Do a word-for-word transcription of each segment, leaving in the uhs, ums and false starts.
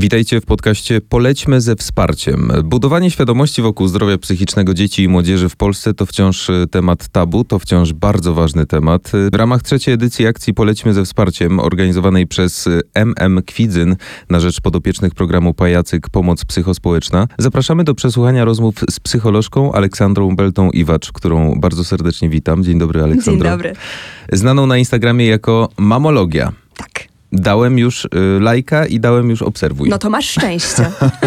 Witajcie w podcaście Polećmy ze wsparciem. Budowanie świadomości wokół zdrowia psychicznego dzieci i młodzieży w Polsce to wciąż temat tabu, to wciąż bardzo ważny temat. W ramach trzeciej edycji akcji Polećmy ze wsparciem, organizowanej przez M M Kwidzyn na rzecz podopiecznych programu Pajacyk Pomoc Psychospołeczna, zapraszamy do przesłuchania rozmów z psycholożką Aleksandrą Beltą-Iwacz, którą bardzo serdecznie witam. Dzień dobry, Aleksandro. Dzień dobry. Znaną na Instagramie jako Mamologia. Tak. Dałem już y, lajka i dałem już obserwuj. No to masz szczęście.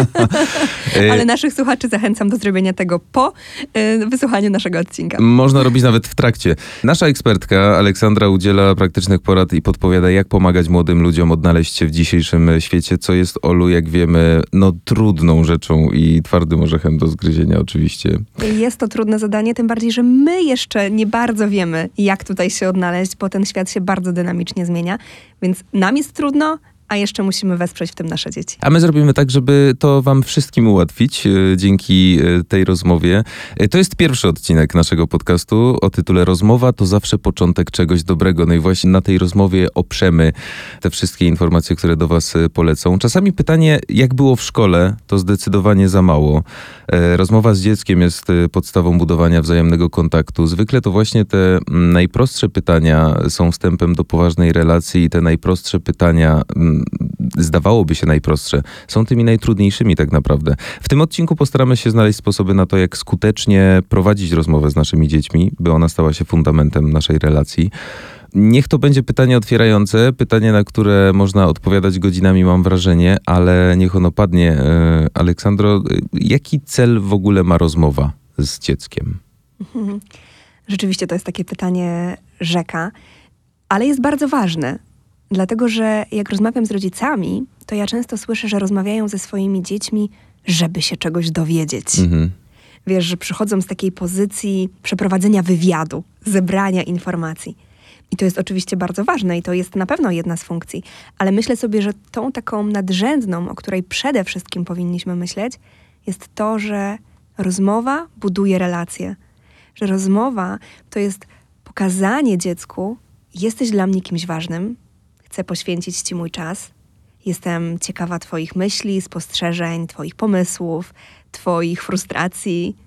Ale naszych słuchaczy zachęcam do zrobienia tego po y, wysłuchaniu naszego odcinka. Można robić nawet w trakcie. Nasza ekspertka Aleksandra udziela praktycznych porad i podpowiada, jak pomagać młodym ludziom odnaleźć się w dzisiejszym świecie, co jest, Olu, jak wiemy, no trudną rzeczą i twardym orzechem do zgryzienia oczywiście. Jest to trudne zadanie, tym bardziej, że my jeszcze nie bardzo wiemy, jak tutaj się odnaleźć, bo ten świat się bardzo dynamicznie zmienia, więc nam jest trudno, a jeszcze musimy wesprzeć w tym nasze dzieci. A my zrobimy tak, żeby to wam wszystkim ułatwić y, dzięki y, tej rozmowie. Y, to jest pierwszy odcinek naszego podcastu o tytule Rozmowa to zawsze początek czegoś dobrego. No i właśnie na tej rozmowie oprzemy te wszystkie informacje, które do was y, polecą. Czasami pytanie, jak było w szkole, to zdecydowanie za mało. Y, rozmowa z dzieckiem jest y, podstawą budowania wzajemnego kontaktu. Zwykle to właśnie te m, najprostsze pytania są wstępem do poważnej relacji i te najprostsze pytania m, zdawałoby się najprostsze, są tymi najtrudniejszymi tak naprawdę. W tym odcinku postaramy się znaleźć sposoby na to, jak skutecznie prowadzić rozmowę z naszymi dziećmi, by ona stała się fundamentem naszej relacji. Niech to będzie pytanie otwierające, pytanie, na które można odpowiadać godzinami, mam wrażenie, ale niech ono padnie. Aleksandro, jaki cel w ogóle ma rozmowa z dzieckiem? Rzeczywiście to jest takie pytanie rzeka, ale jest bardzo ważne. Dlatego, że jak rozmawiam z rodzicami, to ja często słyszę, że rozmawiają ze swoimi dziećmi, żeby się czegoś dowiedzieć. Mhm. Wiesz, że przychodzą z takiej pozycji przeprowadzenia wywiadu, zebrania informacji. I to jest oczywiście bardzo ważne i to jest na pewno jedna z funkcji. Ale myślę sobie, że tą taką nadrzędną, o której przede wszystkim powinniśmy myśleć, jest to, że rozmowa buduje relacje. Że rozmowa to jest pokazanie dziecku, jesteś dla mnie kimś ważnym, chcę poświęcić ci mój czas. Jestem ciekawa twoich myśli, spostrzeżeń, twoich pomysłów, twoich frustracji.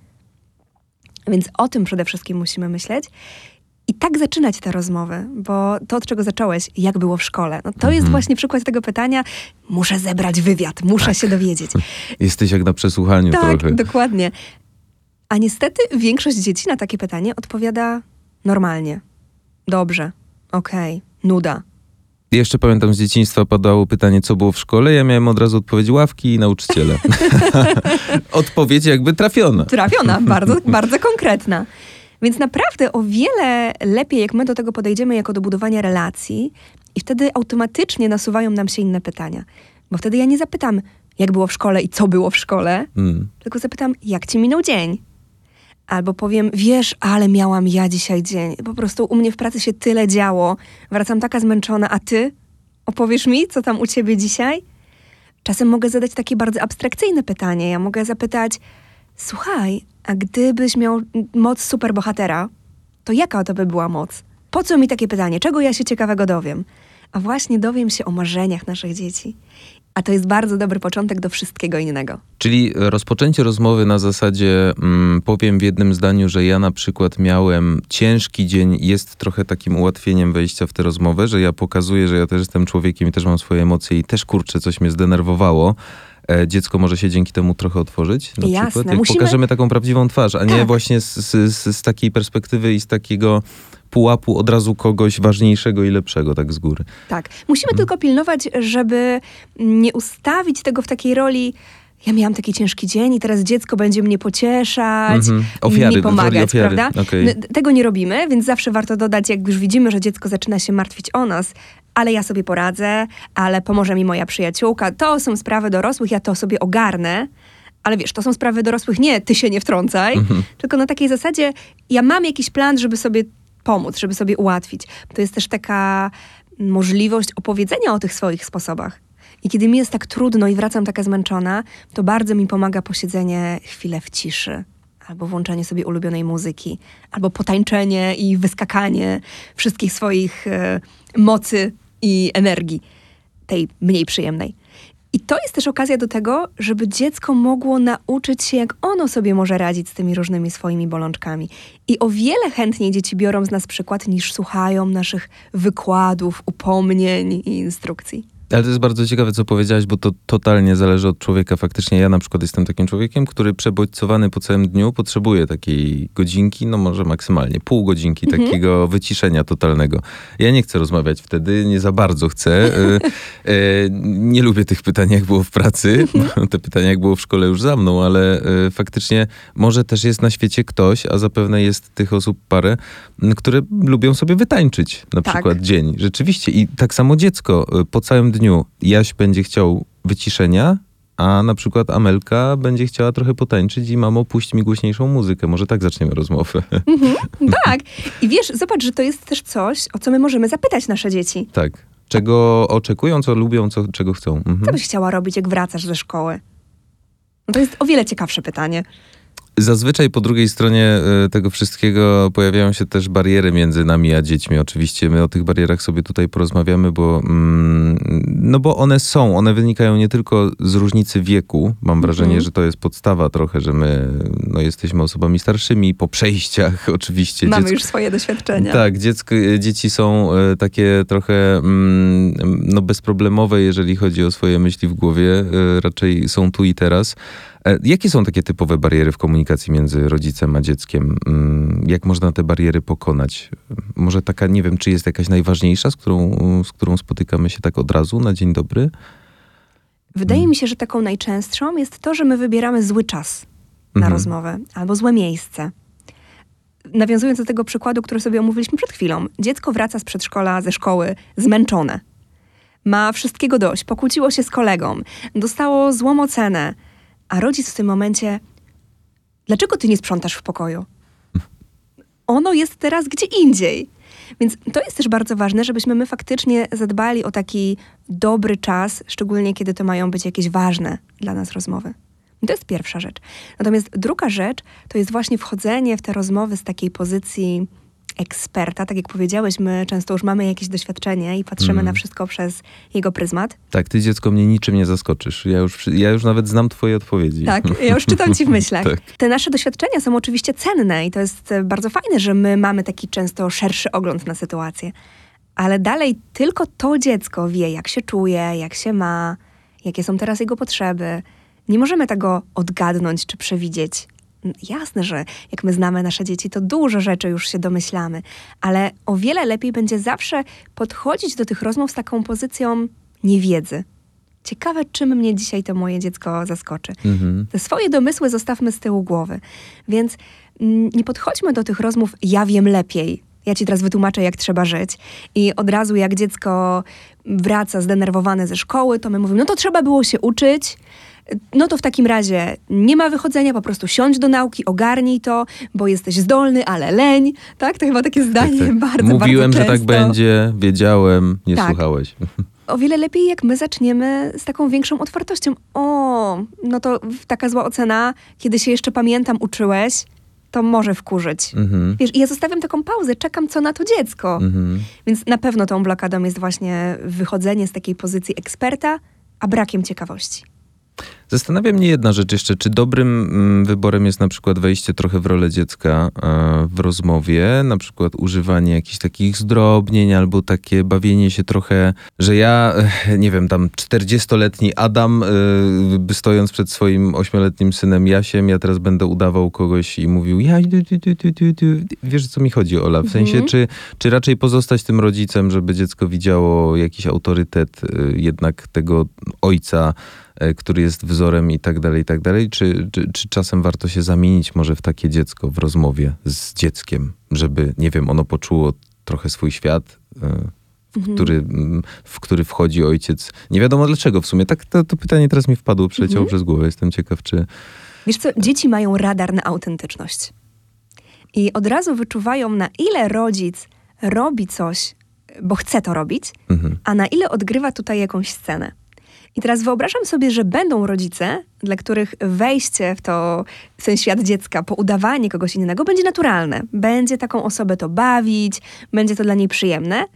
Więc o tym przede wszystkim musimy myśleć. I tak zaczynać te rozmowy, bo to, od czego zacząłeś, jak było w szkole, no to mhm. jest właśnie przykład tego pytania, muszę zebrać wywiad, muszę tak. się dowiedzieć. Jesteś jak na przesłuchaniu tak, trochę. Tak, dokładnie. A niestety większość dzieci na takie pytanie odpowiada normalnie. Dobrze, okej, okay, nuda. Jeszcze pamiętam, z dzieciństwa padało pytanie, co było w szkole. Ja miałem od razu odpowiedź: ławki i nauczyciele. Odpowiedź jakby trafiona. Trafiona, bardzo, bardzo konkretna. Więc naprawdę o wiele lepiej, jak my do tego podejdziemy jako do budowania relacji i wtedy automatycznie nasuwają nam się inne pytania. Bo wtedy ja nie zapytam, jak było w szkole i co było w szkole, mm. tylko zapytam, jak ci minął dzień. Albo powiem, wiesz, ale miałam ja dzisiaj dzień. Po prostu u mnie w pracy się tyle działo. Wracam taka zmęczona, a ty? Opowiesz mi, co tam u ciebie dzisiaj? Czasem mogę zadać takie bardzo abstrakcyjne pytanie. Ja mogę zapytać, słuchaj, a gdybyś miał moc superbohatera, to jaka to by była moc? Po co mi takie pytanie? Czego ja się ciekawego dowiem? A właśnie dowiem się o marzeniach naszych dzieci. A to jest bardzo dobry początek do wszystkiego innego. Czyli rozpoczęcie rozmowy na zasadzie mm, powiem w jednym zdaniu, że ja na przykład miałem ciężki dzień, jest trochę takim ułatwieniem wejścia w tę rozmowę, że ja pokazuję, że ja też jestem człowiekiem i też mam swoje emocje i też, kurczę, coś mnie zdenerwowało. E, dziecko może się dzięki temu trochę otworzyć. Na Jasne. przykład, jak Musimy... pokażemy taką prawdziwą twarz, a nie tak. właśnie z, z, z takiej perspektywy i z takiego pułapu od razu kogoś ważniejszego i lepszego, tak z góry. Tak. Musimy hmm. tylko pilnować, żeby nie ustawić tego w takiej roli, ja miałam taki ciężki dzień i teraz dziecko będzie mnie pocieszać, mm-hmm. ofiary, mi pomagać, ofiary. prawda? Okay. Tego nie robimy, więc zawsze warto dodać, jak już widzimy, że dziecko zaczyna się martwić o nas, ale ja sobie poradzę, ale pomoże mi moja przyjaciółka. To są sprawy dorosłych, ja to sobie ogarnę. Ale wiesz, to są sprawy dorosłych, nie, ty się nie wtrącaj, mm-hmm. tylko na takiej zasadzie, ja mam jakiś plan, żeby sobie pomóc, żeby sobie ułatwić. To jest też taka możliwość opowiedzenia o tych swoich sposobach. I kiedy mi jest tak trudno i wracam taka zmęczona, to bardzo mi pomaga posiedzenie chwilę w ciszy. Albo włączenie sobie ulubionej muzyki. Albo potańczenie i wyskakanie wszystkich swoich e, mocy i energii. Tej mniej przyjemnej. I to jest też okazja do tego, żeby dziecko mogło nauczyć się, jak ono sobie może radzić z tymi różnymi swoimi bolączkami. I o wiele chętniej dzieci biorą z nas przykład, niż słuchają naszych wykładów, upomnień i instrukcji. Ale to jest bardzo ciekawe, co powiedziałaś, bo to totalnie zależy od człowieka. Faktycznie ja na przykład jestem takim człowiekiem, który przebodźcowany po całym dniu potrzebuje takiej godzinki, no może maksymalnie pół godzinki mhm. takiego wyciszenia totalnego. Ja nie chcę rozmawiać wtedy, nie za bardzo chcę. e, e, nie lubię tych pytań, jak było w pracy. Te pytania, jak było w szkole, już za mną, ale e, faktycznie może też jest na świecie ktoś, a zapewne jest tych osób parę, które lubią sobie wytańczyć na tak. przykład dzień. Rzeczywiście. I tak samo dziecko po całym dniu dniu Jaś będzie chciał wyciszenia, a na przykład Amelka będzie chciała trochę potańczyć i mamo, puść mi głośniejszą muzykę. Może tak zaczniemy rozmowę. Mhm, tak. I wiesz, zobacz, że to jest też coś, o co my możemy zapytać nasze dzieci. Tak. Czego oczekują, co lubią, co, czego chcą. Mhm. Co byś chciała robić, jak wracasz ze szkoły? No to jest o wiele ciekawsze pytanie. Zazwyczaj po drugiej stronie tego wszystkiego pojawiają się też bariery między nami a dziećmi. Oczywiście my o tych barierach sobie tutaj porozmawiamy, bo, mm, no bo one są. One wynikają nie tylko z różnicy wieku. Mam wrażenie, mm. że to jest podstawa trochę, że my no, jesteśmy osobami starszymi po przejściach oczywiście. Mamy dziecko, już swoje doświadczenia. Tak, dziecko, dzieci są takie trochę mm, no, bezproblemowe, jeżeli chodzi o swoje myśli w głowie. Raczej są tu i teraz. Jakie są takie typowe bariery w komunikacji między rodzicem a dzieckiem? Jak można te bariery pokonać? Może taka, nie wiem, czy jest jakaś najważniejsza, z którą, z którą spotykamy się tak od razu na dzień dobry? Wydaje hmm. mi się, że taką najczęstszą jest to, że my wybieramy zły czas na hmm. rozmowę albo złe miejsce. Nawiązując do tego przykładu, który sobie omówiliśmy przed chwilą. Dziecko wraca z przedszkola, ze szkoły zmęczone. Ma wszystkiego dość, pokłóciło się z kolegą, dostało złą ocenę. A rodzic w tym momencie, dlaczego ty nie sprzątasz w pokoju? Ono jest teraz gdzie indziej. Więc to jest też bardzo ważne, żebyśmy my faktycznie zadbali o taki dobry czas, szczególnie kiedy to mają być jakieś ważne dla nas rozmowy. I to jest pierwsza rzecz. Natomiast druga rzecz to jest właśnie wchodzenie w te rozmowy z takiej pozycji eksperta. Tak jak powiedziałeś, my często już mamy jakieś doświadczenie i patrzymy mm. na wszystko przez jego pryzmat. Tak, ty dziecko mnie niczym nie zaskoczysz. Ja już, ja już nawet znam twoje odpowiedzi. Tak, ja już czytam ci w myślach. Tak. Te nasze doświadczenia są oczywiście cenne i to jest bardzo fajne, że my mamy taki często szerszy ogląd na sytuację. Ale dalej tylko to dziecko wie, jak się czuje, jak się ma, jakie są teraz jego potrzeby. Nie możemy tego odgadnąć czy przewidzieć. Jasne, że jak my znamy nasze dzieci, to dużo rzeczy już się domyślamy, ale o wiele lepiej będzie zawsze podchodzić do tych rozmów z taką pozycją niewiedzy. Ciekawe, czym mnie dzisiaj to moje dziecko zaskoczy. Mhm. Te swoje domysły zostawmy z tyłu głowy. Więc mm, nie podchodźmy do tych rozmów ja wiem lepiej. Ja ci teraz wytłumaczę, jak trzeba żyć. I od razu jak dziecko wraca zdenerwowane ze szkoły, to my mówimy, no to trzeba było się uczyć. No to w takim razie nie ma wychodzenia, po prostu siądź do nauki, ogarnij to, bo jesteś zdolny, ale leń. Tak? To chyba takie zdanie tak, tak. bardzo, Mówiłem, bardzo że tak będzie, wiedziałem, nie tak. słuchałeś. O wiele lepiej, jak my zaczniemy z taką większą otwartością. O, no to taka zła ocena, kiedy się jeszcze pamiętam, uczyłeś, to może wkurzyć. Mhm. Wiesz, i ja zostawiam taką pauzę, czekam, co na to dziecko. Mhm. Więc na pewno tą blokadą jest właśnie wychodzenie z takiej pozycji eksperta, a brakiem ciekawości. Zastanawia mnie jedna rzecz jeszcze, czy dobrym mm, wyborem jest na przykład wejście trochę w rolę dziecka e, w rozmowie, na przykład używanie jakichś takich zdrobnień albo takie bawienie się trochę, że ja, e, nie wiem, tam czterdziestoletni Adam, e, stojąc przed swoim ośmioletnim synem Jasiem, ja teraz będę udawał kogoś i mówił, ja, du, du, du, du, du. Wiesz, o co mi chodzi, Ola? W sensie, mhm. czy, czy raczej pozostać tym rodzicem, żeby dziecko widziało jakiś autorytet e, jednak tego ojca, który jest wzorem i tak dalej, i tak dalej, czy, czy, czy czasem warto się zamienić może w takie dziecko w rozmowie z dzieckiem, żeby, nie wiem, ono poczuło trochę swój świat, w, mhm. który, w który wchodzi ojciec. Nie wiadomo dlaczego w sumie. Tak to, to pytanie teraz mi wpadło, przeleciało mhm. przez głowę. Jestem ciekaw, czy... Wiesz co, dzieci mają radar na autentyczność. I od razu wyczuwają, na ile rodzic robi coś, bo chce to robić, mhm. a na ile odgrywa tutaj jakąś scenę. I teraz wyobrażam sobie, że będą rodzice, dla których wejście w, to, w ten świat dziecka po udawanie kogoś innego będzie naturalne. Będzie taką osobę to bawić, będzie to dla niej przyjemne.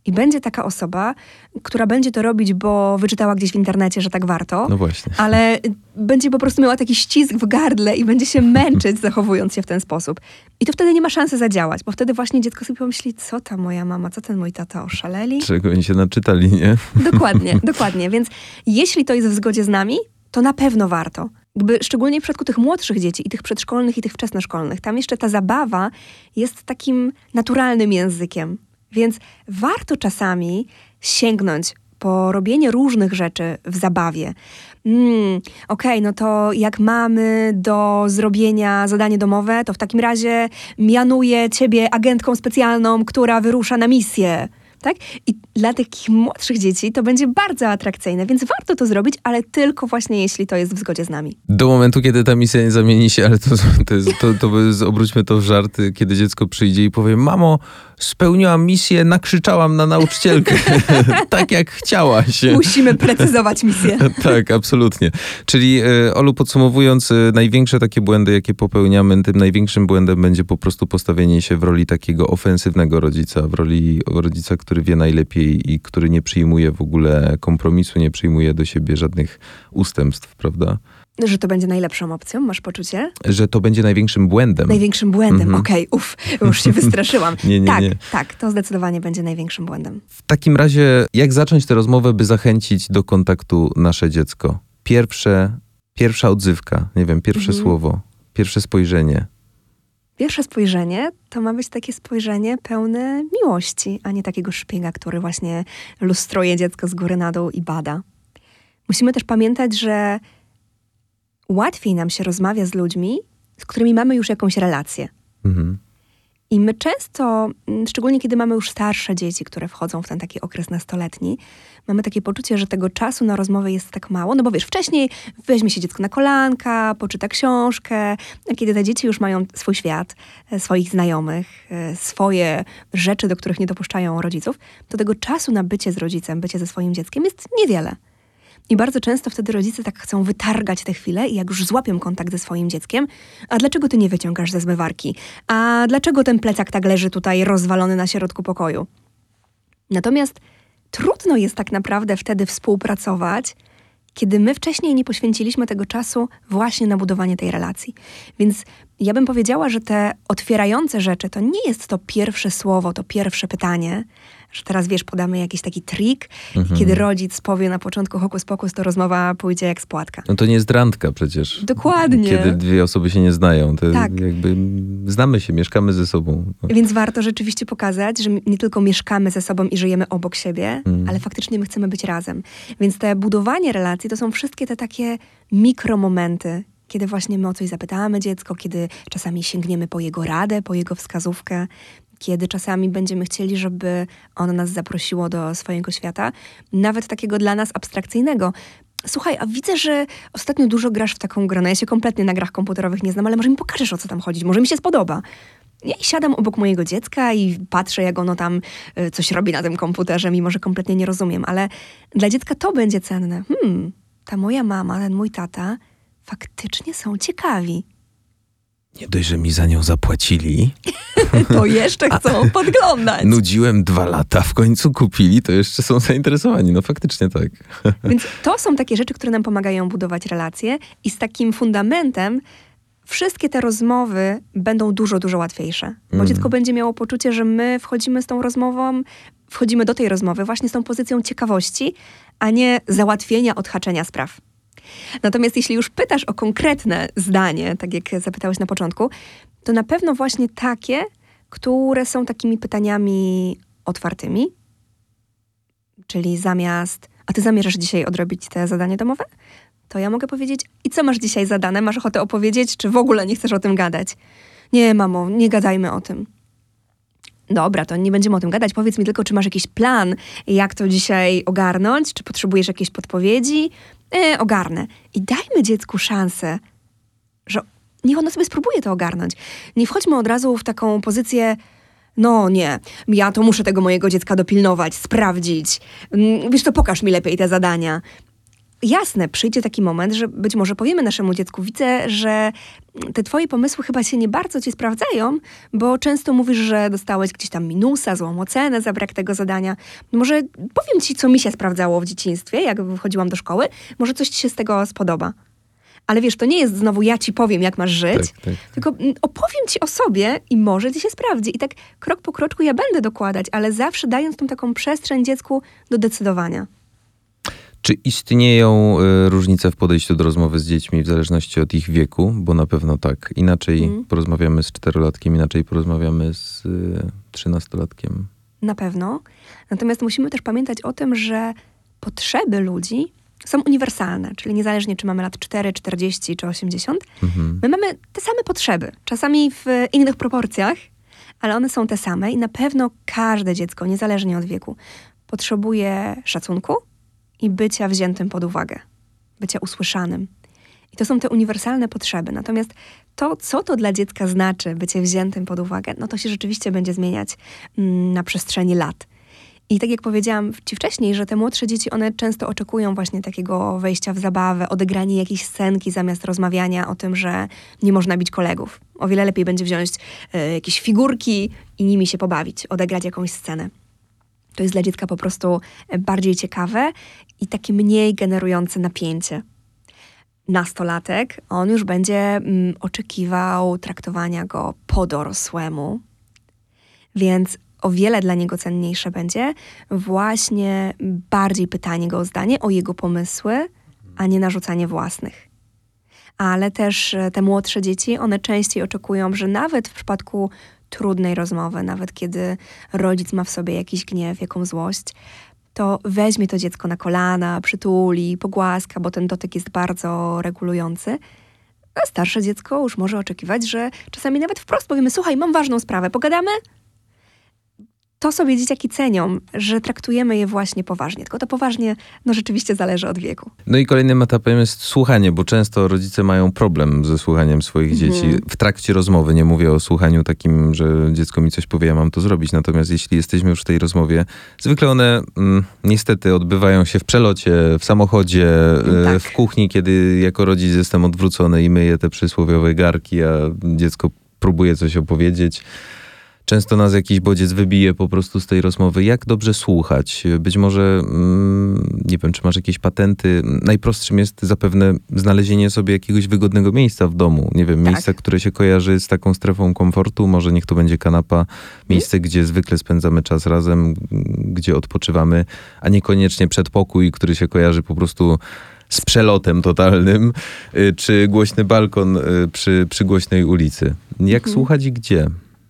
I będzie taka osoba, która będzie to robić, bo wyczytała gdzieś w internecie, że tak warto. No właśnie. Ale będzie po prostu miała taki ścisk w gardle i będzie się męczyć, zachowując się w ten sposób. I to wtedy nie ma szansy zadziałać, bo wtedy właśnie dziecko sobie pomyśli, co ta moja mama, co ten mój tata, oszaleli? Czego oni się naczytali, nie? Dokładnie, dokładnie. Więc jeśli to jest w zgodzie z nami, to na pewno warto. Jakby szczególnie w przypadku tych młodszych dzieci i tych przedszkolnych i tych wczesnoszkolnych. Tam jeszcze ta zabawa jest takim naturalnym językiem. Więc warto czasami sięgnąć po robienie różnych rzeczy w zabawie. Mm, Okej, okay, no to jak mamy do zrobienia zadanie domowe, to w takim razie mianuję ciebie agentką specjalną, która wyrusza na misję. Tak? I dla takich młodszych dzieci to będzie bardzo atrakcyjne, więc warto to zrobić, ale tylko właśnie jeśli to jest w zgodzie z nami. Do momentu, kiedy ta misja nie zamieni się, ale to, to, jest, to, to jest, obróćmy to w żart, kiedy dziecko przyjdzie i powie, mamo, spełniłam misję, nakrzyczałam na nauczycielkę, tak jak chciałaś. Musimy precyzować misję. Tak, absolutnie. Czyli e, Olu, podsumowując, e, największe takie błędy, jakie popełniamy, tym największym błędem będzie po prostu postawienie się w roli takiego ofensywnego rodzica, w roli rodzica, który wie najlepiej i który nie przyjmuje w ogóle kompromisu, nie przyjmuje do siebie żadnych ustępstw, prawda? Że to będzie najlepszą opcją, masz poczucie? Że to będzie największym błędem. Największym błędem, Mhm. okej, okay, uff, już się wystraszyłam. nie, nie, tak, nie. tak, to zdecydowanie będzie największym błędem. W takim razie, jak zacząć tę rozmowę, by zachęcić do kontaktu nasze dziecko? Pierwsze, pierwsza odzywka, nie wiem, pierwsze Mhm. słowo, pierwsze spojrzenie. Pierwsze spojrzenie to ma być takie spojrzenie pełne miłości, a nie takiego szpiega, który właśnie lustruje dziecko z góry na dół i bada. Musimy też pamiętać, że łatwiej nam się rozmawia z ludźmi, z którymi mamy już jakąś relację. Mhm. I my często, mm, szczególnie kiedy mamy już starsze dzieci, które wchodzą w ten taki okres nastoletni, mamy takie poczucie, że tego czasu na rozmowę jest tak mało. No bo wiesz, wcześniej weźmie się dziecko na kolanka, poczyta książkę, a kiedy te dzieci już mają swój świat, e, swoich znajomych, e, swoje rzeczy, do których nie dopuszczają rodziców, to tego czasu na bycie z rodzicem, bycie ze swoim dzieckiem jest niewiele. I bardzo często wtedy rodzice tak chcą wytargać te chwile i jak już złapią kontakt ze swoim dzieckiem, a dlaczego ty nie wyciągasz ze zmywarki? A dlaczego ten plecak tak leży tutaj rozwalony na środku pokoju? Natomiast trudno jest tak naprawdę wtedy współpracować, kiedy my wcześniej nie poświęciliśmy tego czasu właśnie na budowanie tej relacji. Więc ja bym powiedziała, że te otwierające rzeczy to nie jest to pierwsze słowo, to pierwsze pytanie, że teraz wiesz, podamy jakiś taki trik Mhm. i kiedy rodzic powie na początku hokus pokus, to rozmowa pójdzie jak z płatka. No to nie jest randka przecież. Dokładnie. Kiedy dwie osoby się nie znają. To Tak. jakby znamy się, mieszkamy ze sobą. No. Więc warto rzeczywiście pokazać, że nie tylko mieszkamy ze sobą i żyjemy obok siebie, Mm. ale faktycznie my chcemy być razem. Więc te budowanie relacji to są wszystkie te takie mikromomenty, kiedy właśnie my o coś zapytamy dziecko, kiedy czasami sięgniemy po jego radę, po jego wskazówkę, kiedy czasami będziemy chcieli, żeby ono nas zaprosiło do swojego świata, nawet takiego dla nas abstrakcyjnego. Słuchaj, a widzę, że ostatnio dużo grasz w taką grę. No ja się kompletnie na grach komputerowych nie znam, ale może mi pokażesz, o co tam chodzi. Może mi się spodoba. Ja siadam obok mojego dziecka i patrzę, jak ono tam y, coś robi na tym komputerze, mimo że kompletnie nie rozumiem. Ale dla dziecka to będzie cenne. Hmm, ta moja mama, ten mój tata faktycznie są ciekawi. Nie dość, że mi za nią zapłacili. To jeszcze chcą podglądać. Nudziłem dwa lata, w końcu kupili, to jeszcze są zainteresowani. No faktycznie tak. Więc to są takie rzeczy, które nam pomagają budować relacje i z takim fundamentem wszystkie te rozmowy będą dużo, dużo łatwiejsze. Bo Mm. dziecko będzie miało poczucie, że my wchodzimy z tą rozmową, wchodzimy do tej rozmowy właśnie z tą pozycją ciekawości, a nie załatwienia, odhaczenia spraw. Natomiast jeśli już pytasz o konkretne zdanie, tak jak zapytałeś na początku, to na pewno właśnie takie, które są takimi pytaniami otwartymi, czyli zamiast, a ty zamierzasz dzisiaj odrobić te zadanie domowe? To ja mogę powiedzieć, i co masz dzisiaj zadane? Masz ochotę opowiedzieć, czy w ogóle nie chcesz o tym gadać? Nie, mamo, nie gadajmy o tym. Dobra, to nie będziemy o tym gadać. Powiedz mi tylko, czy masz jakiś plan, jak to dzisiaj ogarnąć? Czy potrzebujesz jakiejś podpowiedzi? E, ogarnę. I dajmy dziecku szansę, że niech ono sobie spróbuje to ogarnąć. Nie wchodźmy od razu w taką pozycję, no nie, ja to muszę tego mojego dziecka dopilnować, sprawdzić. Mm, Wiesz, to pokaż mi lepiej te zadania. jasne, przyjdzie taki moment, że być może powiemy naszemu dziecku, widzę, że te twoje pomysły chyba się nie bardzo ci sprawdzają, bo często mówisz, że dostałeś gdzieś tam minusa, złą ocenę za brak tego zadania. Może powiem ci, co mi się sprawdzało w dzieciństwie, jak chodziłam do szkoły, może coś ci się z tego spodoba. Ale wiesz, to nie jest znowu ja ci powiem, jak masz żyć, Tak, tak. tylko opowiem ci o sobie i może ci się sprawdzi. I tak krok po kroczku ja będę dokładać, ale zawsze dając tą taką przestrzeń dziecku do decydowania. Czy istnieją y, różnice w podejściu do rozmowy z dziećmi w zależności od ich wieku? Bo na pewno tak. Inaczej Mm. porozmawiamy z czterolatkiem, inaczej porozmawiamy z y, trzynastolatkiem. Na pewno. Natomiast musimy też pamiętać o tym, że potrzeby ludzi są uniwersalne, czyli niezależnie, czy mamy lat cztery, czterdzieści czy osiemdziesiąt, Mhm. my mamy te same potrzeby. Czasami w innych proporcjach, ale one są te same i na pewno każde dziecko, niezależnie od wieku, potrzebuje szacunku i bycia wziętym pod uwagę, bycia usłyszanym. I to są te uniwersalne potrzeby. Natomiast to, co to dla dziecka znaczy bycie wziętym pod uwagę, no to się rzeczywiście będzie zmieniać mm, na przestrzeni lat. I tak jak powiedziałam ci wcześniej, że te młodsze dzieci, one często oczekują właśnie takiego wejścia w zabawę, odegrania jakiejś scenki zamiast rozmawiania o tym, że nie można bić kolegów. O wiele lepiej będzie wziąć y, jakieś figurki i nimi się pobawić, odegrać jakąś scenę. To jest dla dziecka po prostu bardziej ciekawe i takie mniej generujące napięcie. Nastolatek, on już będzie mm, oczekiwał traktowania go po dorosłemu, więc o wiele dla niego cenniejsze będzie właśnie bardziej pytanie go o zdanie, o jego pomysły, a nie narzucanie własnych. Ale też te młodsze dzieci, one częściej oczekują, że nawet w przypadku trudnej rozmowy, nawet kiedy rodzic ma w sobie jakiś gniew, jakąś złość, to weźmie to dziecko na kolana, przytuli, pogłaska, bo ten dotyk jest bardzo regulujący. A starsze dziecko już może oczekiwać, że czasami nawet wprost powiemy: słuchaj, mam ważną sprawę, pogadamy? To sobie dzieciaki cenią, że traktujemy je właśnie poważnie. Tylko to poważnie, no rzeczywiście zależy od wieku. No i kolejnym etapem jest słuchanie, bo często rodzice mają problem ze słuchaniem swoich Mhm. dzieci w trakcie rozmowy. Nie mówię o słuchaniu takim, że dziecko mi coś powie, ja mam to zrobić. Natomiast jeśli jesteśmy już w tej rozmowie, zwykle one mm, niestety odbywają się w przelocie, w samochodzie, Tak. e, w kuchni, kiedy jako rodzic jestem odwrócony i myję te przysłowiowe garki, a dziecko próbuje coś opowiedzieć. Często nas jakiś bodziec wybije po prostu z tej rozmowy. Jak dobrze słuchać? Być może, mm, nie wiem, czy masz jakieś patenty. Najprostszym jest zapewne znalezienie sobie jakiegoś wygodnego miejsca w domu. Nie wiem, Tak. miejsca, które się kojarzy z taką strefą komfortu. Może niech to będzie kanapa. Miejsce, gdzie zwykle spędzamy czas razem, gdzie odpoczywamy, a niekoniecznie przedpokój, który się kojarzy po prostu z przelotem totalnym, y, czy głośny balkon y, przy, przy głośnej ulicy. Jak Mhm. słuchać i gdzie?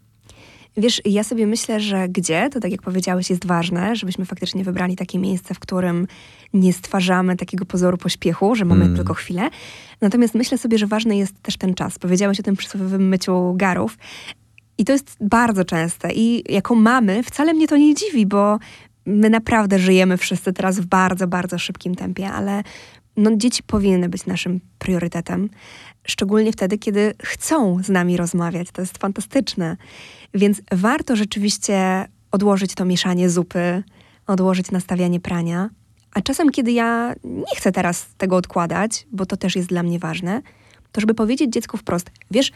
Wiesz, ja sobie myślę, że gdzie, to tak jak powiedziałeś, jest ważne, żebyśmy faktycznie wybrali takie miejsce, w którym nie stwarzamy takiego pozoru pośpiechu, że mamy Mm. tylko chwilę. Natomiast myślę sobie, że ważny jest też ten czas. Powiedziałeś o tym przysłowiowym myciu garów. I to jest bardzo częste. I jako mamy wcale mnie to nie dziwi, bo my naprawdę żyjemy wszyscy teraz w bardzo, bardzo szybkim tempie, ale no, dzieci powinny być naszym priorytetem. Szczególnie wtedy, kiedy chcą z nami rozmawiać. To jest fantastyczne. Więc warto rzeczywiście odłożyć to mieszanie zupy, odłożyć nastawianie prania. A czasem, kiedy ja nie chcę teraz tego odkładać, bo to też jest dla mnie ważne, to żeby powiedzieć dziecku wprost: wiesz,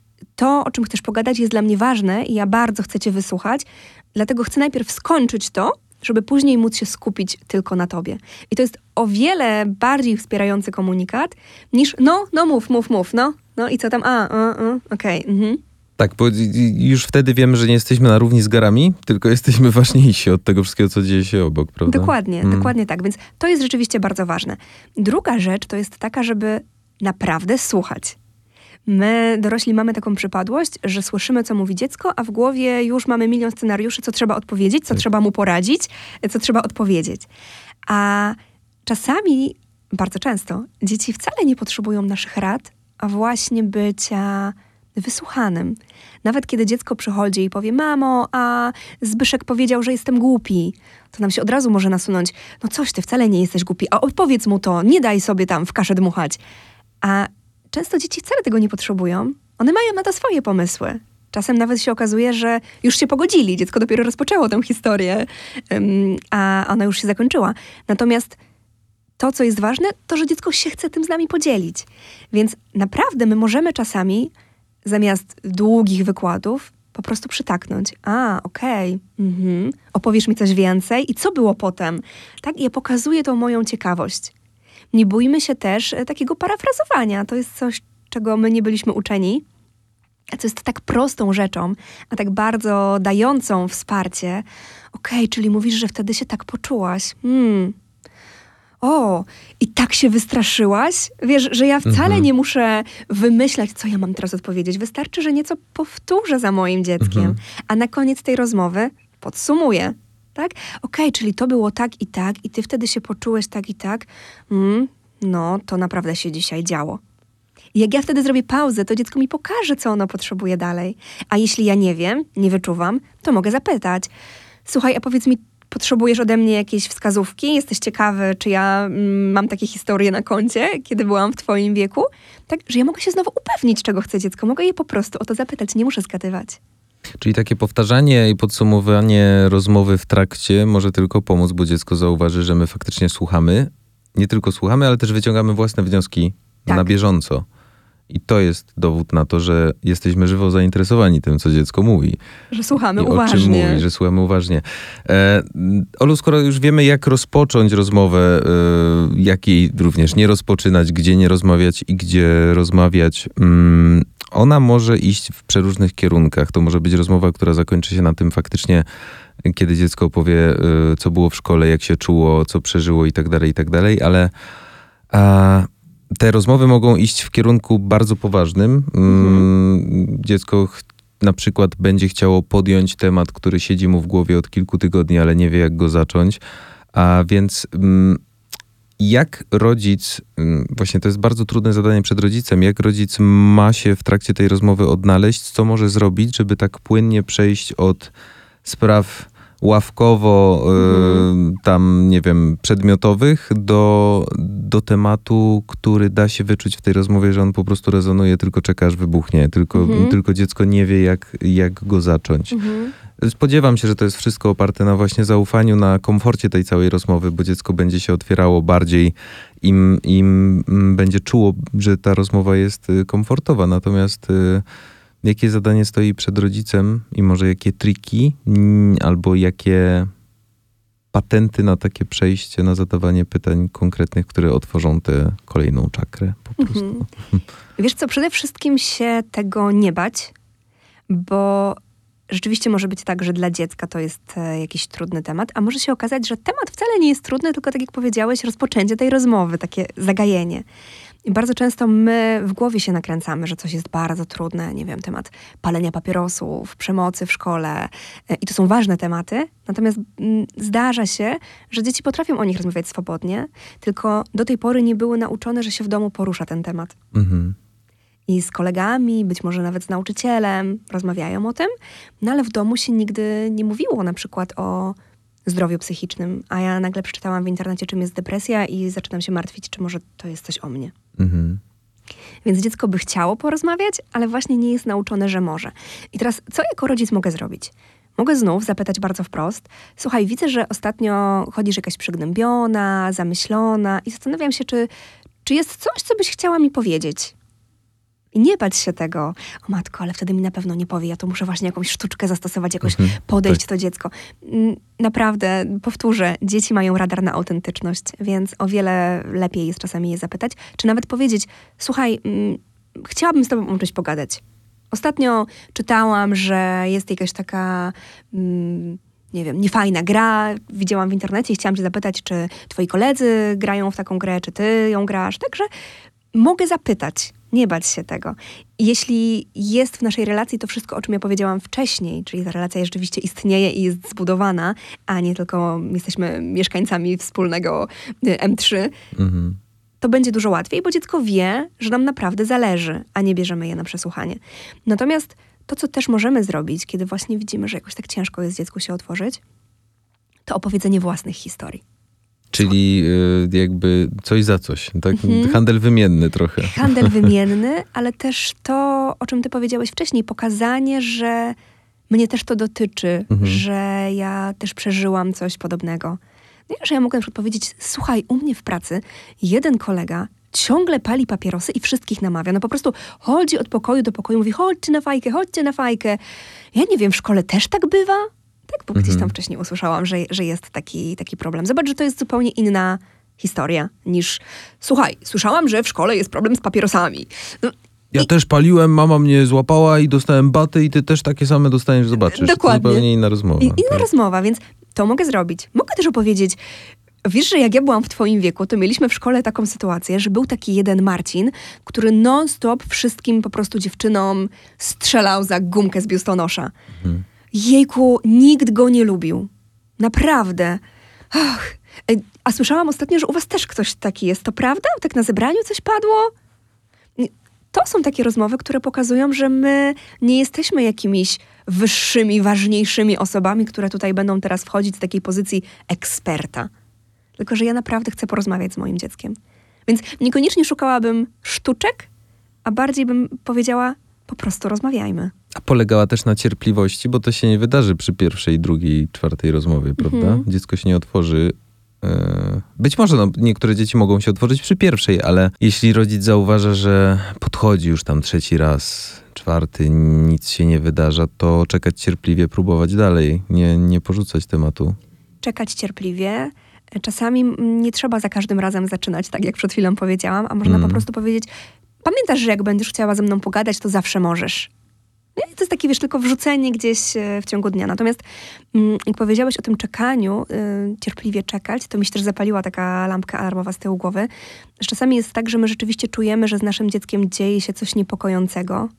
to, o czym chcesz pogadać, jest dla mnie ważne i ja bardzo chcę cię wysłuchać, dlatego chcę najpierw skończyć to, żeby później móc się skupić tylko na tobie. I to jest o wiele bardziej wspierający komunikat niż no, no mów, mów, mów, no, no i co tam, a, a, a okej, okay, mhm. Tak, bo już wtedy wiemy, że nie jesteśmy na równi z garami, tylko jesteśmy ważniejsi od tego wszystkiego, co dzieje się obok, prawda? Dokładnie, Mm. dokładnie tak. Więc to jest rzeczywiście bardzo ważne. Druga rzecz to jest taka, żeby naprawdę słuchać. My, dorośli, mamy taką przypadłość, że słyszymy, co mówi dziecko, a w głowie już mamy milion scenariuszy, co trzeba odpowiedzieć, co Tak. trzeba mu poradzić, co trzeba odpowiedzieć. A czasami, bardzo często, dzieci wcale nie potrzebują naszych rad, a właśnie bycia wysłuchanym. Nawet kiedy dziecko przychodzi i powie: mamo, a Zbyszek powiedział, że jestem głupi, to nam się od razu może nasunąć: no coś, ty wcale nie jesteś głupi, a odpowiedz mu to, nie daj sobie tam w kaszę dmuchać. A często dzieci wcale tego nie potrzebują. One mają na to swoje pomysły. Czasem nawet się okazuje, że już się pogodzili. Dziecko dopiero rozpoczęło tę historię, um, a ona już się zakończyła. Natomiast to, co jest ważne, to, że dziecko się chce tym z nami podzielić. Więc naprawdę my możemy czasami zamiast długich wykładów po prostu przytaknąć. A, okej, okay. mhm. Opowiesz mi coś więcej? I co było potem? Tak, i ja pokazuję tą moją ciekawość. Nie bójmy się też takiego parafrazowania. To jest coś, czego my nie byliśmy uczeni, a co jest tak prostą rzeczą, a tak bardzo dającą wsparcie. Okej, okay, czyli mówisz, że wtedy się tak poczułaś. Hmm. O, i tak się wystraszyłaś? Wiesz, że ja wcale mhm. nie muszę wymyślać, co ja mam teraz odpowiedzieć. Wystarczy, że nieco powtórzę za moim dzieckiem, mhm. a na koniec tej rozmowy podsumuję. Tak? Okej, okay, czyli to było tak i tak i ty wtedy się poczułeś tak i tak. Mm, no, to naprawdę się dzisiaj działo. I jak ja wtedy zrobię pauzę, to dziecko mi pokaże, co ono potrzebuje dalej. A jeśli ja nie wiem, nie wyczuwam, to mogę zapytać. Słuchaj, a powiedz mi, potrzebujesz ode mnie jakiejś wskazówki? Jesteś ciekawy, czy ja mm, mam takie historie na koncie, kiedy byłam w twoim wieku? Tak, że ja mogę się znowu upewnić, czego chce dziecko. Mogę je po prostu o to zapytać, nie muszę zgadywać. Czyli takie powtarzanie i podsumowywanie rozmowy w trakcie może tylko pomóc, bo dziecko zauważy, że my faktycznie słuchamy. Nie tylko słuchamy, ale też wyciągamy własne wnioski tak. na bieżąco. I to jest dowód na to, że jesteśmy żywo zainteresowani tym, co dziecko mówi. Że słuchamy I uważnie. O czym mówi, że słuchamy uważnie. E, Olu, skoro już wiemy, jak rozpocząć rozmowę, e, jak jej również nie rozpoczynać, gdzie nie rozmawiać i gdzie rozmawiać, mm, ona może iść w przeróżnych kierunkach. To może być rozmowa, która zakończy się na tym faktycznie, kiedy dziecko opowie, e, co było w szkole, jak się czuło, co przeżyło i tak dalej, i tak dalej, ale... A, te rozmowy mogą iść w kierunku bardzo poważnym. Mhm. Dziecko ch- na przykład będzie chciało podjąć temat, który siedzi mu w głowie od kilku tygodni, ale nie wie, jak go zacząć. A więc jak rodzic, właśnie to jest bardzo trudne zadanie przed rodzicem, jak rodzic ma się w trakcie tej rozmowy odnaleźć, co może zrobić, żeby tak płynnie przejść od spraw ławkowo, mhm. y, tam, nie wiem, przedmiotowych do, do tematu, który da się wyczuć w tej rozmowie, że on po prostu rezonuje, tylko czeka, aż wybuchnie. Tylko, mhm. tylko dziecko nie wie, jak, jak go zacząć. Mhm. Spodziewam się, że to jest wszystko oparte na właśnie zaufaniu, na komforcie tej całej rozmowy, bo dziecko będzie się otwierało bardziej, im, im będzie czuło, że ta rozmowa jest komfortowa. Natomiast y, jakie zadanie stoi przed rodzicem i może jakie triki albo jakie patenty na takie przejście, na zadawanie pytań konkretnych, które otworzą tę kolejną czakrę po prostu. Mhm. Wiesz co, przede wszystkim się tego nie bać, bo rzeczywiście może być tak, że dla dziecka to jest e, jakiś trudny temat, a może się okazać, że temat wcale nie jest trudny, tylko tak jak powiedziałeś, rozpoczęcie tej rozmowy, takie zagajenie. I bardzo często my w głowie się nakręcamy, że coś jest bardzo trudne, nie wiem, temat palenia papierosów, przemocy w szkole e, i to są ważne tematy, natomiast m, zdarza się, że dzieci potrafią o nich rozmawiać swobodnie, tylko do tej pory nie były nauczone, że się w domu porusza ten temat. Mhm. I z kolegami, być może nawet z nauczycielem rozmawiają o tym, no ale w domu się nigdy nie mówiło na przykład o zdrowiu psychicznym, a ja nagle przeczytałam w internecie, czym jest depresja i zaczynam się martwić, czy może to jest coś o mnie. Mhm. Więc dziecko by chciało porozmawiać, ale właśnie nie jest nauczone, że może. I teraz, co jako rodzic mogę zrobić? Mogę znów zapytać bardzo wprost. Słuchaj, widzę, że ostatnio chodzisz jakaś przygnębiona, zamyślona i zastanawiam się, czy, czy jest coś, co byś chciała mi powiedzieć. I nie bać się tego. O matko, ale wtedy mi na pewno nie powie. Ja to muszę właśnie jakąś sztuczkę zastosować, jakoś mhm, podejść tak. to dziecko. Naprawdę, powtórzę, dzieci mają radar na autentyczność, więc o wiele lepiej jest czasami je zapytać, czy nawet powiedzieć, słuchaj, mm, chciałabym z tobą o czymś pogadać. Ostatnio czytałam, że jest jakaś taka... Mm, nie wiem, niefajna gra, widziałam w internecie i chciałam cię zapytać, czy twoi koledzy grają w taką grę, czy ty ją grasz. Także mogę zapytać. Nie bać się tego. Jeśli jest w naszej relacji to wszystko, o czym ja powiedziałam wcześniej, czyli ta relacja rzeczywiście istnieje i jest zbudowana, a nie tylko jesteśmy mieszkańcami wspólnego em trzy, mhm. to będzie dużo łatwiej, bo dziecko wie, że nam naprawdę zależy, a nie bierzemy je na przesłuchanie. Natomiast to, co też możemy zrobić, kiedy właśnie widzimy, że jakoś tak ciężko jest dziecku się otworzyć, to opowiedzenie własnych historii. Czyli y, jakby coś za coś, tak? Mhm. Handel wymienny trochę. Handel wymienny, ale też to, o czym ty powiedziałeś wcześniej, pokazanie, że mnie też to dotyczy, mhm. że ja też przeżyłam coś podobnego. Nie, że ja mogę na przykład powiedzieć, słuchaj, u mnie w pracy jeden kolega ciągle pali papierosy i wszystkich namawia. No po prostu chodzi od pokoju do pokoju, mówi chodźcie na fajkę, chodźcie na fajkę. Ja nie wiem, w szkole też tak bywa? Tak, bo gdzieś tam wcześniej usłyszałam, że, że jest taki, taki problem. Zobacz, że to jest zupełnie inna historia niż słuchaj, słyszałam, że w szkole jest problem z papierosami. No, Ja i, też paliłem, mama mnie złapała i dostałem baty i ty też takie same dostaniesz, zobaczysz. Dokładnie. To zupełnie inna rozmowa. I, inna tak. rozmowa, więc to mogę zrobić. Mogę też opowiedzieć, wiesz, że jak ja byłam w twoim wieku, to mieliśmy w szkole taką sytuację, że był taki jeden Marcin, który non-stop wszystkim po prostu dziewczynom strzelał za gumkę z biustonosza. Mhm. Jejku, nikt go nie lubił. Naprawdę. Ach. A słyszałam ostatnio, że u was też ktoś taki jest. To prawda? Tak na zebraniu coś padło? To są takie rozmowy, które pokazują, że my nie jesteśmy jakimiś wyższymi, ważniejszymi osobami, które tutaj będą teraz wchodzić z takiej pozycji eksperta. Tylko że ja naprawdę chcę porozmawiać z moim dzieckiem. Więc niekoniecznie szukałabym sztuczek, a bardziej bym powiedziała, po prostu rozmawiajmy. A polegała też na cierpliwości, bo to się nie wydarzy przy pierwszej, drugiej, czwartej rozmowie, prawda? Mhm. Dziecko się nie otworzy. Być może no, niektóre dzieci mogą się otworzyć przy pierwszej, ale jeśli rodzic zauważa, że podchodzi już tam trzeci raz, czwarty, nic się nie wydarza, to czekać cierpliwie, próbować dalej, nie, nie porzucać tematu. Czekać cierpliwie. Czasami nie trzeba za każdym razem zaczynać tak, jak przed chwilą powiedziałam, a można mm. po prostu powiedzieć, pamiętasz, że jak będziesz chciała ze mną pogadać, to zawsze możesz. I to jest takie, wiesz, tylko wrzucenie gdzieś w ciągu dnia. Natomiast jak powiedziałeś o tym czekaniu, yy, cierpliwie czekać, to mi się też zapaliła taka lampka alarmowa z tyłu głowy, że czasami jest tak, że my rzeczywiście czujemy, że z naszym dzieckiem dzieje się coś niepokojącego,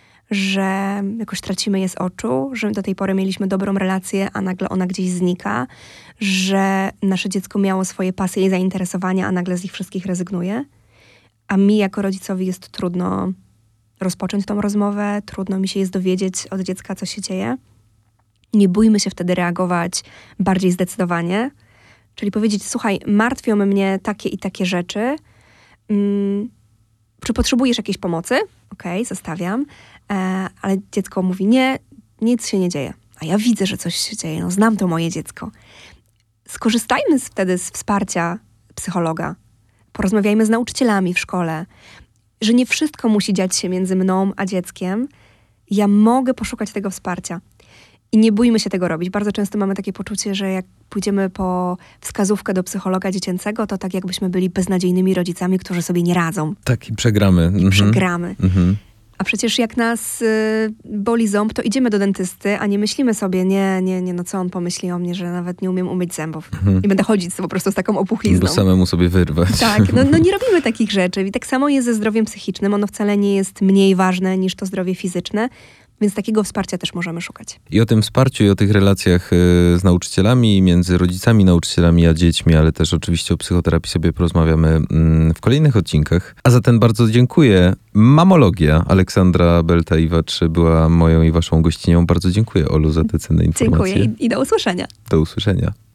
że jakoś tracimy je z oczu, że do tej pory mieliśmy dobrą relację, a nagle ona gdzieś znika, że nasze dziecko miało swoje pasje i zainteresowania, a nagle z ich wszystkich rezygnuje. A mi jako rodzicowi jest trudno rozpocząć tą rozmowę, trudno mi się jest dowiedzieć od dziecka, co się dzieje. Nie bójmy się wtedy reagować bardziej zdecydowanie, czyli powiedzieć, słuchaj, martwią mnie takie i takie rzeczy, hmm, czy potrzebujesz jakiejś pomocy? Okej, okay, zostawiam, e, ale dziecko mówi, nie, nic się nie dzieje. A ja widzę, że coś się dzieje, no znam to moje dziecko. Skorzystajmy wtedy z wsparcia psychologa, porozmawiajmy z nauczycielami w szkole, że nie wszystko musi dziać się między mną a dzieckiem. Ja mogę poszukać tego wsparcia. I nie bójmy się tego robić. Bardzo często mamy takie poczucie, że jak pójdziemy po wskazówkę do psychologa dziecięcego, to tak jakbyśmy byli beznadziejnymi rodzicami, którzy sobie nie radzą. Tak, i przegramy. I mhm. przegramy. Mhm. A przecież jak nas y, boli ząb, to idziemy do dentysty, a nie myślimy sobie, nie, nie, nie, no co on pomyśli o mnie, że nawet nie umiem umyć zębów. Mhm. I będę chodzić po prostu z taką opuchlizną. Bo samemu sobie wyrwać. Tak, no, no nie robimy takich rzeczy. I tak samo jest ze zdrowiem psychicznym. Ono wcale nie jest mniej ważne niż to zdrowie fizyczne. Więc takiego wsparcia też możemy szukać. I o tym wsparciu i o tych relacjach z nauczycielami, między rodzicami, nauczycielami a dziećmi, ale też oczywiście o psychoterapii sobie porozmawiamy w kolejnych odcinkach. A za ten bardzo dziękuję. Mamologia. Aleksandra Belta-Iwacz była moją i waszą gościnią. Bardzo dziękuję, Olu, za te cenne informacje. Dziękuję i, i do usłyszenia. Do usłyszenia.